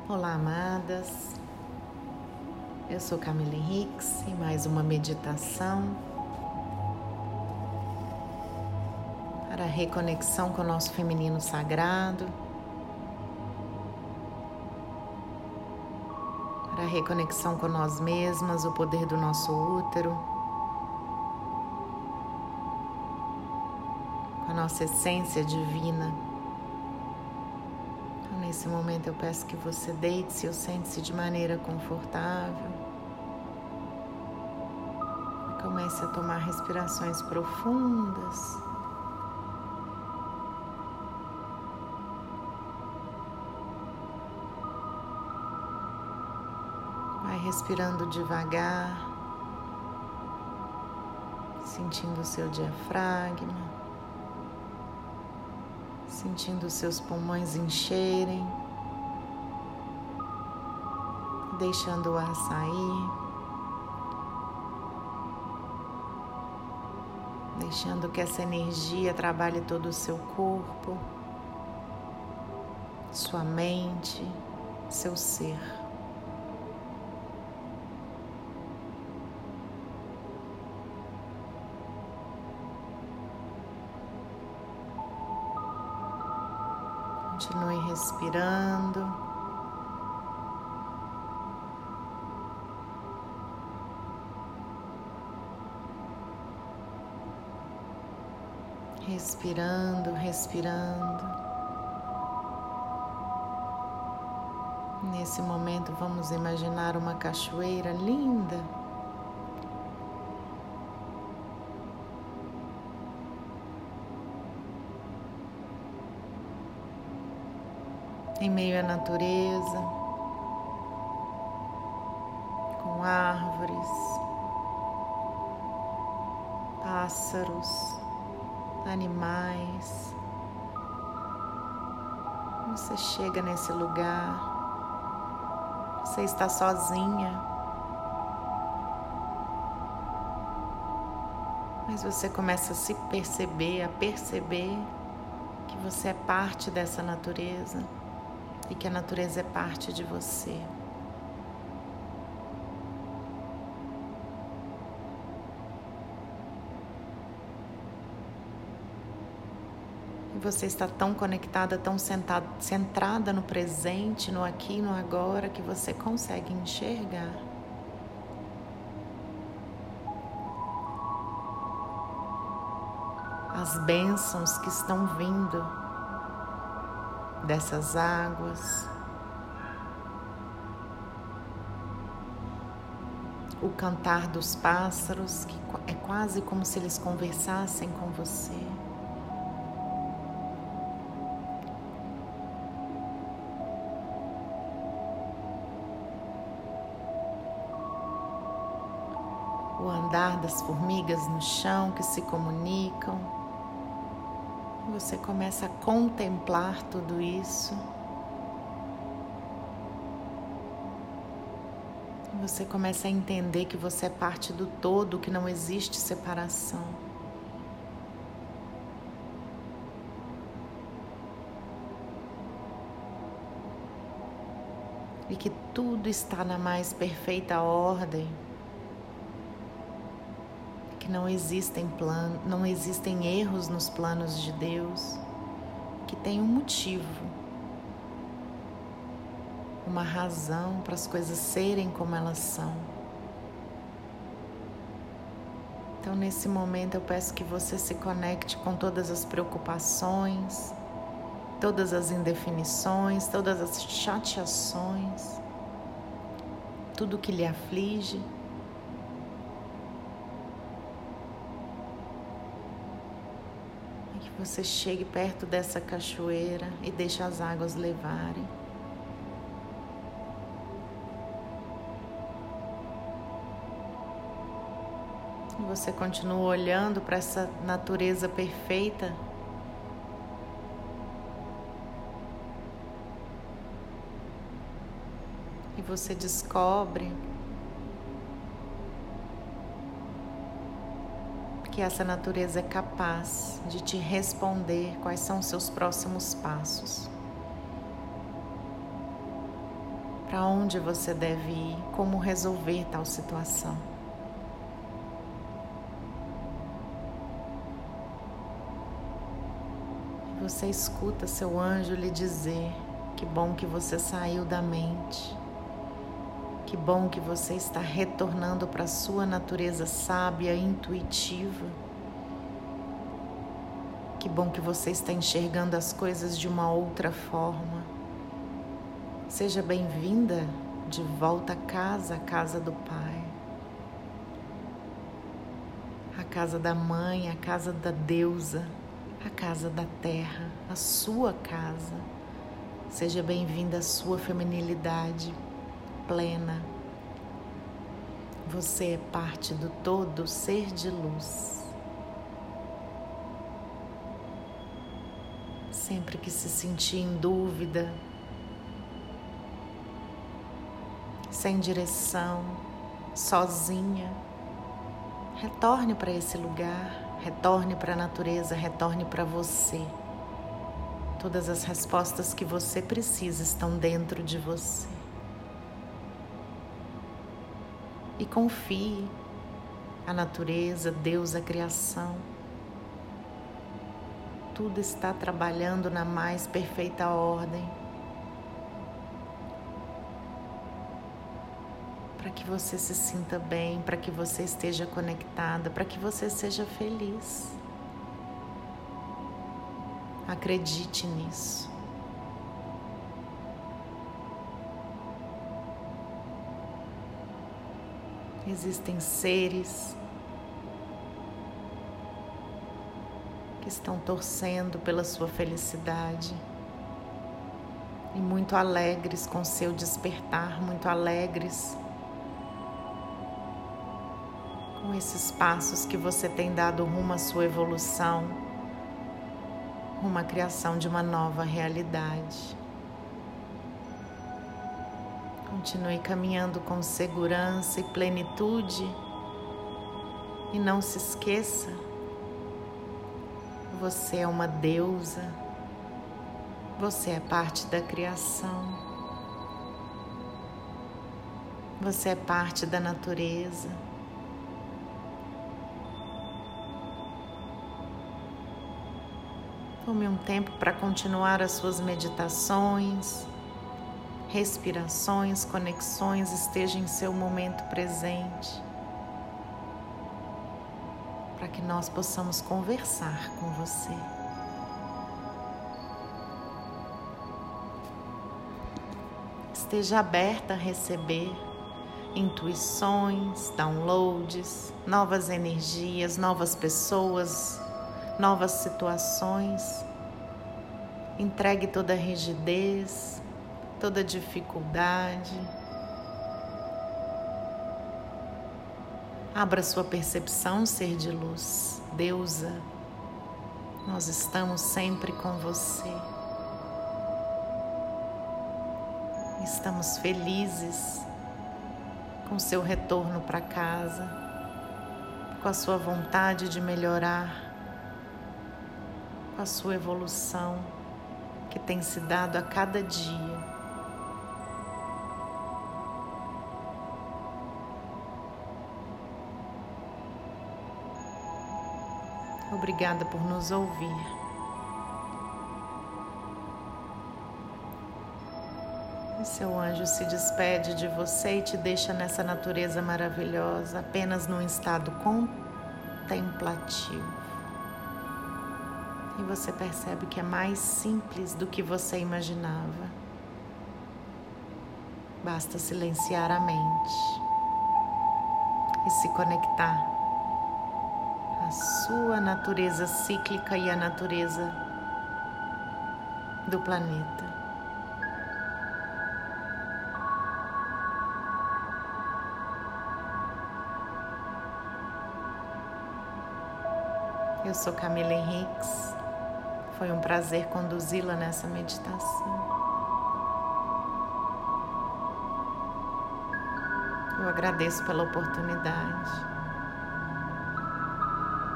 Olá, amadas. Eu sou Camila Henriques e mais uma meditação para a reconexão com o nosso feminino sagrado, para a reconexão com nós mesmas, o poder do nosso útero, com a nossa essência divina. Nesse momento eu peço que você deite-se ou sente-se de maneira confortável. Comece a tomar respirações profundas. Vai respirando devagar, sentindo o seu diafragma. Sentindo os seus pulmões encherem, deixando o ar sair, deixando que essa energia trabalhe todo o seu corpo, sua mente, seu ser. Continue respirando. Respirando. Nesse momento, vamos imaginar uma cachoeira linda. Em meio à natureza, com árvores, pássaros, animais. Você chega nesse lugar, você está sozinha, mas você começa a se perceber, que você é parte dessa natureza. E que a natureza é parte de você. E você está tão conectada, tão centrada no presente, no aqui e no agora, que você consegue enxergar as bênçãos que estão vindo dessas águas, o cantar dos pássaros, que é quase como se eles conversassem com você. O andar das formigas no chão que se comunicam. Você começa a contemplar tudo isso. Você começa a entender que você é parte do todo, que não existe separação. E que tudo está na mais perfeita ordem. Que não existem erros nos planos de Deus, que tem um motivo, uma razão para as coisas serem como elas são. Então, nesse momento, eu peço que você se conecte com todas as preocupações, todas as indefinições, todas as chateações, tudo que lhe aflige. Você chegue perto dessa cachoeira e deixe as águas levarem. E você continua olhando para essa natureza perfeita. E você descobre que essa natureza é capaz de te responder quais são os seus próximos passos. para onde você deve ir, como resolver tal situação. E você escuta seu anjo lhe dizer: que bom que você saiu da mente, que bom que você está retornando para a sua natureza sábia e intuitiva, que bom que você está enxergando as coisas de uma outra forma. Seja bem-vinda de volta a casa do Pai, a casa da Mãe, a casa da Deusa, a casa da Terra, a sua casa. Seja bem-vinda à sua feminilidade plena. Você é parte do todo ser de luz. Sempre que se sentir em dúvida, sem direção, sozinha, retorne para esse lugar, retorne para a natureza, retorne para você. Todas as respostas que você precisa estão dentro de você. E confie, a natureza, Deus, a criação, tudo está trabalhando na mais perfeita ordem para que você se sinta bem, para que você esteja conectada, para que você seja feliz. Acredite nisso. Existem seres que estão torcendo pela sua felicidade e muito alegres com seu despertar, muito alegres com esses passos que você tem dado rumo à sua evolução, rumo à criação de uma nova realidade. Continue caminhando com segurança e plenitude e não se esqueça, você é uma deusa, você é parte da criação, você é parte da natureza. Tome um tempo para continuar as suas meditações, respirações, conexões, esteja em seu momento presente, para que nós possamos conversar com você. Esteja aberta a receber intuições, downloads, novas energias, novas pessoas, novas situações. Entregue toda a rigidez, toda dificuldade. Abra sua percepção, ser de luz, deusa. Nós estamos sempre com você. Estamos felizes com seu retorno para casa, com a sua vontade de melhorar, com a sua evolução que tem se dado a cada dia. Obrigada por nos ouvir. E seu anjo se despede de você e te deixa nessa natureza maravilhosa, apenas num estado contemplativo. E você percebe que é mais simples do que você imaginava. Basta silenciar a mente e se conectar à sua natureza cíclica e à natureza do planeta. Eu sou Camila Henriques. Foi um prazer conduzi-la nessa meditação. Eu agradeço pela oportunidade.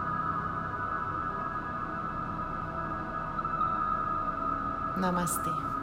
Namastê.